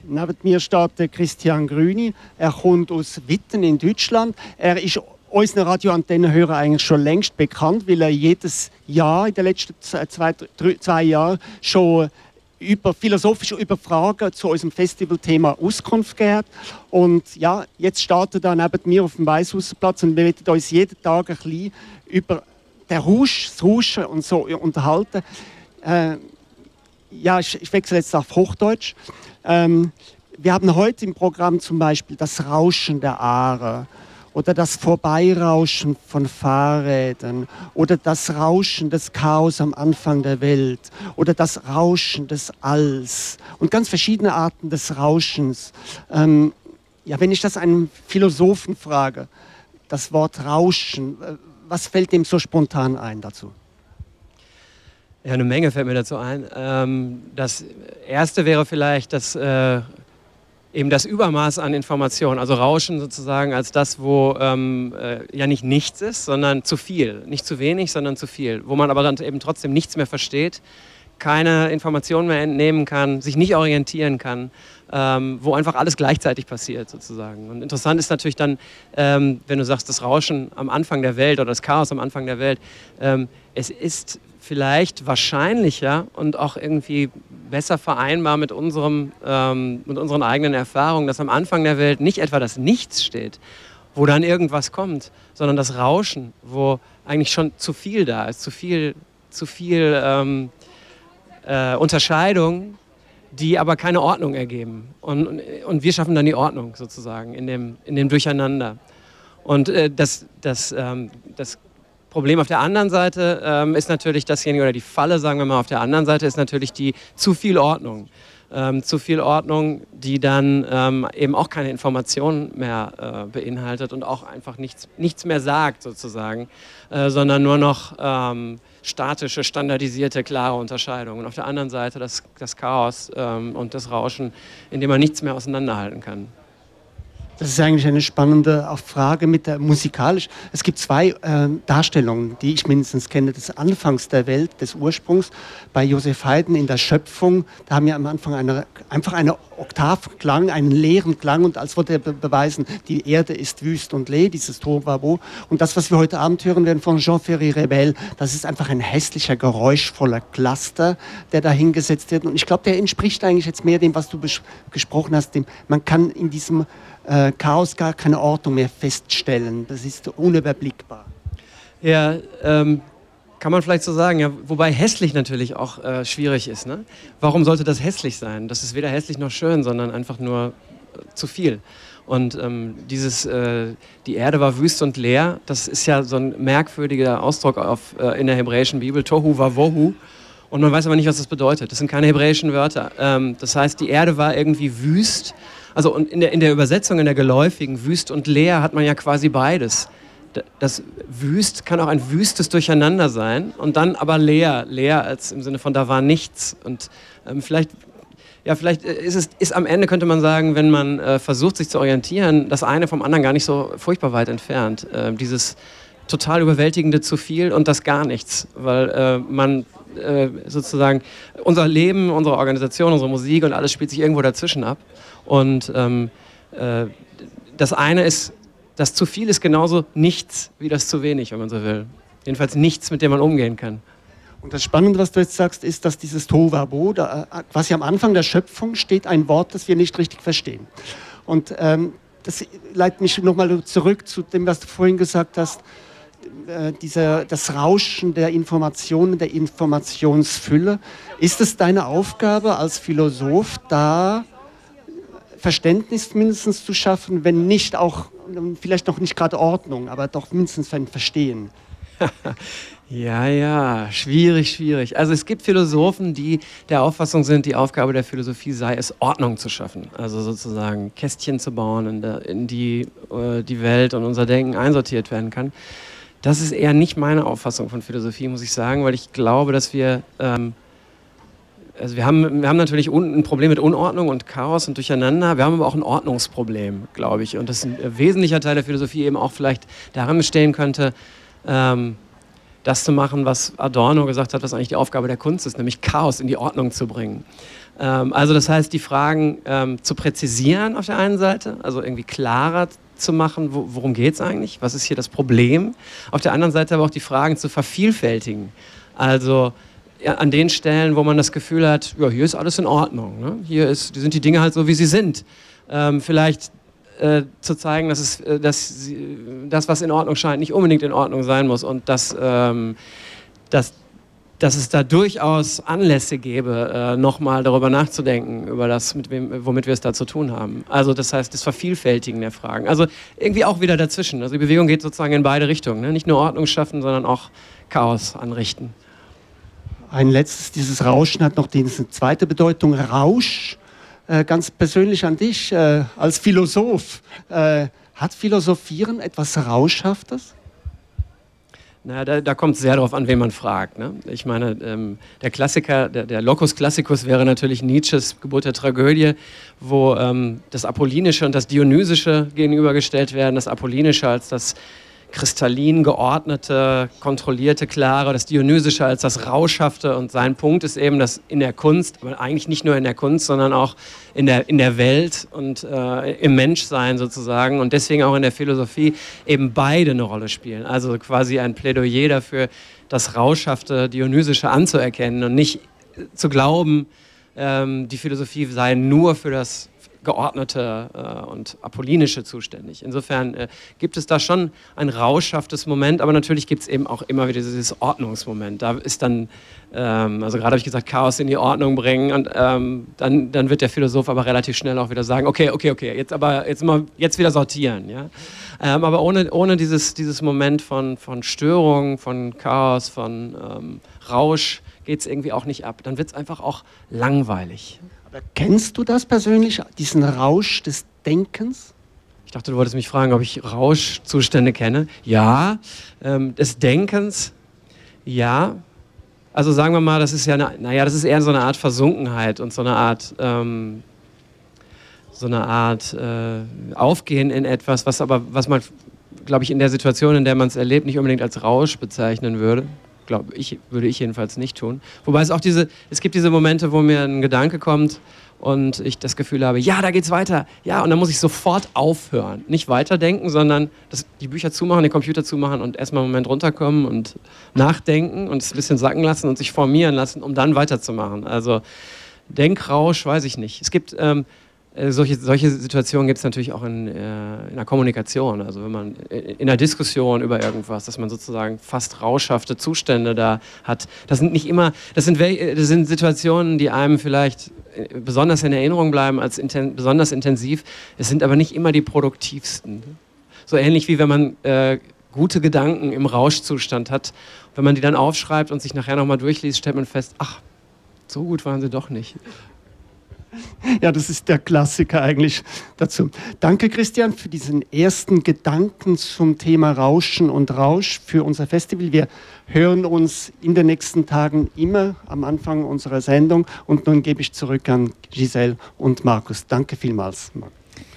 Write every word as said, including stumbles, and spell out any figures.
Neben mir steht der Christian Grüni. Er kommt aus Witten in Deutschland. Er ist unseren Radioantennenhörern eigentlich schon längst bekannt, weil er jedes Jahr in den letzten zwei, drei, zwei Jahren schon über philosophisch über Fragen zu unserem Festivalthema Auskunft gegeben hat. Und ja, jetzt startet er neben mir auf dem Weißhausplatz und wir werden uns jeden Tag ein bisschen über den Rausch, das Rauschen und so unterhalten. Äh, ja, ich, ich wechsle jetzt auf Hochdeutsch. Ähm, wir haben heute im Programm zum Beispiel das Rauschen der Aare oder das Vorbeirauschen von Fahrrädern oder das Rauschen des Chaos am Anfang der Welt oder das Rauschen des Alls und ganz verschiedene Arten des Rauschens. Ähm, ja, wenn ich das einem Philosophen frage, das Wort Rauschen, was fällt dem so spontan ein dazu? Ja, eine Menge fällt mir dazu ein. Ähm, das erste wäre vielleicht, dass äh, eben das Übermaß an Informationen, also Rauschen sozusagen als das, wo ähm, äh, ja nicht nichts ist, sondern zu viel. Nicht zu wenig, sondern zu viel. Wo man aber dann eben trotzdem nichts mehr versteht, keine Informationen mehr entnehmen kann, sich nicht orientieren kann, ähm, wo einfach alles gleichzeitig passiert sozusagen. Und interessant ist natürlich dann, ähm, wenn du sagst, das Rauschen am Anfang der Welt oder das Chaos am Anfang der Welt, ähm, es ist vielleicht wahrscheinlicher und auch irgendwie besser vereinbar mit, unserem, ähm, mit unseren eigenen Erfahrungen, dass am Anfang der Welt nicht etwa das Nichts steht, wo dann irgendwas kommt, sondern das Rauschen, wo eigentlich schon zu viel da ist, zu viel, zu viel ähm, äh, Unterscheidung, die aber keine Ordnung ergeben. Und, und, und wir schaffen dann die Ordnung sozusagen in dem, in dem Durcheinander. Und äh, das, das, ähm, das Problem auf der anderen Seite ähm, ist natürlich dasjenige, oder die Falle, sagen wir mal, auf der anderen Seite ist natürlich die zu viel Ordnung. Ähm, zu viel Ordnung, die dann ähm, eben auch keine Informationen mehr äh, beinhaltet und auch einfach nichts, nichts mehr sagt sozusagen, äh, sondern nur noch ähm, statische, standardisierte, klare Unterscheidungen. Und auf der anderen Seite das, das Chaos ähm, und das Rauschen, in dem man nichts mehr auseinanderhalten kann. Das ist eigentlich eine spannende auch Frage mit der musikalisch. Es gibt zwei äh, Darstellungen, die ich mindestens kenne, des Anfangs der Welt, des Ursprungs. Bei Joseph Haydn in der Schöpfung, da haben wir am Anfang eine, einfach einen Oktavklang, einen leeren Klang und als wollte er be beweisen, die Erde ist wüst und leer, dieses Tohuwabohu. Und das, was wir heute Abend hören werden von Jean-Ferry Rebel, das ist einfach ein hässlicher, geräuschvoller Cluster, der da hingesetzt wird. Und ich glaube, der entspricht eigentlich jetzt mehr dem, was du gesprochen hast. Dem, man kann in diesem Äh, Chaos gar keine Ordnung mehr feststellen. Das ist unüberblickbar. Ja, ähm, kann man vielleicht so sagen. Ja, wobei hässlich natürlich auch äh, schwierig ist. Ne? Warum sollte das hässlich sein? Das ist weder hässlich noch schön, sondern einfach nur äh, zu viel. Und ähm, dieses, äh, die Erde war wüst und leer, das ist ja so ein merkwürdiger Ausdruck auf, äh, in der hebräischen Bibel, Tohu Vavohu. Und man weiß aber nicht, was das bedeutet. Das sind keine hebräischen Wörter. Ähm, das heißt, die Erde war irgendwie wüst. Also und in der, in der Übersetzung, in der geläufigen, wüst und leer, hat man ja quasi beides. Das wüst kann auch ein wüstes Durcheinander sein und dann aber leer, leer als im Sinne von da war nichts. Und ähm, vielleicht, ja, vielleicht ist es ist am Ende, könnte man sagen, wenn man äh, versucht, sich zu orientieren, das eine vom anderen gar nicht so furchtbar weit entfernt. Äh, dieses total überwältigende zu viel und das gar nichts, weil äh, man äh, sozusagen unser Leben, unsere Organisation, unsere Musik und alles spielt sich irgendwo dazwischen ab. Und ähm, äh, das eine ist, das zu viel ist genauso nichts wie das zu wenig, wenn man so will. Jedenfalls nichts, mit dem man umgehen kann. Und das Spannende, was du jetzt sagst, ist, dass dieses Tohuwabohu, da quasi am Anfang der Schöpfung steht ein Wort, das wir nicht richtig verstehen. Und ähm, das leitet mich nochmal zurück zu dem, was du vorhin gesagt hast, äh, dieser, das Rauschen der Informationen, der Informationsfülle. Ist es deine Aufgabe als Philosoph, da Verständnis mindestens zu schaffen, wenn nicht auch, vielleicht noch nicht gerade Ordnung, aber doch mindestens ein Verstehen? Ja, ja, schwierig, schwierig. Also es gibt Philosophen, die der Auffassung sind, die Aufgabe der Philosophie sei es, Ordnung zu schaffen. Also sozusagen Kästchen zu bauen, in, der, in die äh, die Welt und unser Denken einsortiert werden kann. Das ist eher nicht meine Auffassung von Philosophie, muss ich sagen, weil ich glaube, dass wir... Ähm, Also wir haben, wir haben natürlich ein Problem mit Unordnung und Chaos und Durcheinander. Wir haben aber auch ein Ordnungsproblem, glaube ich. Und das ist ein wesentlicher Teil der Philosophie eben auch vielleicht daran bestehen könnte, ähm, das zu machen, was Adorno gesagt hat, was eigentlich die Aufgabe der Kunst ist, nämlich Chaos in die Ordnung zu bringen. Ähm, also das heißt, die Fragen ähm, zu präzisieren auf der einen Seite, also irgendwie klarer zu machen, wo, worum geht es eigentlich, was ist hier das Problem. Auf der anderen Seite aber auch die Fragen zu vervielfältigen. Also ja, an den Stellen, wo man das Gefühl hat, ja, hier ist alles in Ordnung. Ne? Hier ist, sind die Dinge halt so, wie sie sind. Ähm, vielleicht äh, zu zeigen, dass, es, äh, dass sie, das, was in Ordnung scheint, nicht unbedingt in Ordnung sein muss und dass, ähm, dass, dass es da durchaus Anlässe gäbe, äh, nochmal darüber nachzudenken, über das, mit wem, womit wir es da zu tun haben. Also das heißt, das Vervielfältigen der Fragen. Also irgendwie auch wieder dazwischen. Also die Bewegung geht sozusagen in beide Richtungen. Ne? Nicht nur Ordnung schaffen, sondern auch Chaos anrichten. Ein letztes, dieses Rauschen hat noch diese zweite Bedeutung, Rausch. Äh, ganz persönlich an dich, äh, als Philosoph. Äh, hat Philosophieren etwas Rauschhaftes? Na, da, da kommt es sehr darauf an, wen man fragt. Ne? Ich meine, ähm, der Klassiker, der, der Locus Classicus wäre natürlich Nietzsches Geburt der Tragödie, wo ähm, das Apollinische und das Dionysische gegenübergestellt werden. Das Apollinische als das kristallin geordnete, kontrollierte, klare, das Dionysische als das Rauschhafte. Und sein Punkt ist eben, dass in der Kunst, aber eigentlich nicht nur in der Kunst, sondern auch in der, in der Welt und äh, im Menschsein sozusagen und deswegen auch in der Philosophie eben beide eine Rolle spielen. Also quasi ein Plädoyer dafür, das Rauschhafte, Dionysische anzuerkennen und nicht zu glauben, ähm, die Philosophie sei nur für das Geordnete äh, und Apollinische zuständig. Insofern äh, gibt es da schon ein rauschhaftes Moment, aber natürlich gibt es eben auch immer wieder dieses Ordnungsmoment. Da ist dann, ähm, also gerade habe ich gesagt, Chaos in die Ordnung bringen und ähm, dann, dann wird der Philosoph aber relativ schnell auch wieder sagen, okay, okay, okay, jetzt aber jetzt mal jetzt wieder sortieren. Ja? Ähm, aber ohne, ohne dieses, dieses Moment von, von Störung, von Chaos, von ähm, Rausch geht es irgendwie auch nicht ab. Dann wird es einfach auch langweilig. Kennst du das persönlich, diesen Rausch des Denkens? Ich dachte, du wolltest mich fragen, ob ich Rauschzustände kenne. Ja, ähm, des Denkens, ja. Also sagen wir mal, das ist ja, eine, naja, das ist eher so eine Art Versunkenheit und so eine Art, ähm, so eine Art äh, Aufgehen in etwas, was aber, was man, glaube ich, in der Situation, in der man es erlebt, nicht unbedingt als Rausch bezeichnen würde. Glaube ich, würde ich jedenfalls nicht tun. Wobei es auch diese, es gibt diese Momente, wo mir ein Gedanke kommt und ich das Gefühl habe, ja, da geht's weiter. Ja, und dann muss ich sofort aufhören. Nicht weiterdenken, sondern das, die Bücher zumachen, den Computer zumachen und erstmal einen Moment runterkommen und nachdenken und es ein bisschen sacken lassen und sich formieren lassen, um dann weiterzumachen. Also Denkrausch, weiß ich nicht. Es gibt ähm, Solche, solche Situationen gibt es natürlich auch in, äh, in der Kommunikation, also wenn man in einer Diskussion über irgendwas, dass man sozusagen fast rauschhafte Zustände da hat. Das sind nicht immer, das sind, das sind Situationen, die einem vielleicht besonders in Erinnerung bleiben als inten, besonders intensiv. Es sind aber nicht immer die produktivsten. So ähnlich wie wenn man äh, gute Gedanken im Rauschzustand hat. Wenn man die dann aufschreibt und sich nachher nochmal durchliest, stellt man fest, ach, so gut waren sie doch nicht. Ja, das ist der Klassiker eigentlich dazu. Danke, Christian, für diesen ersten Gedanken zum Thema Rauschen und Rausch für unser Festival. Wir hören uns in den nächsten Tagen immer am Anfang unserer Sendung. Und nun gebe ich zurück an Giselle und Markus. Danke vielmals, Markus.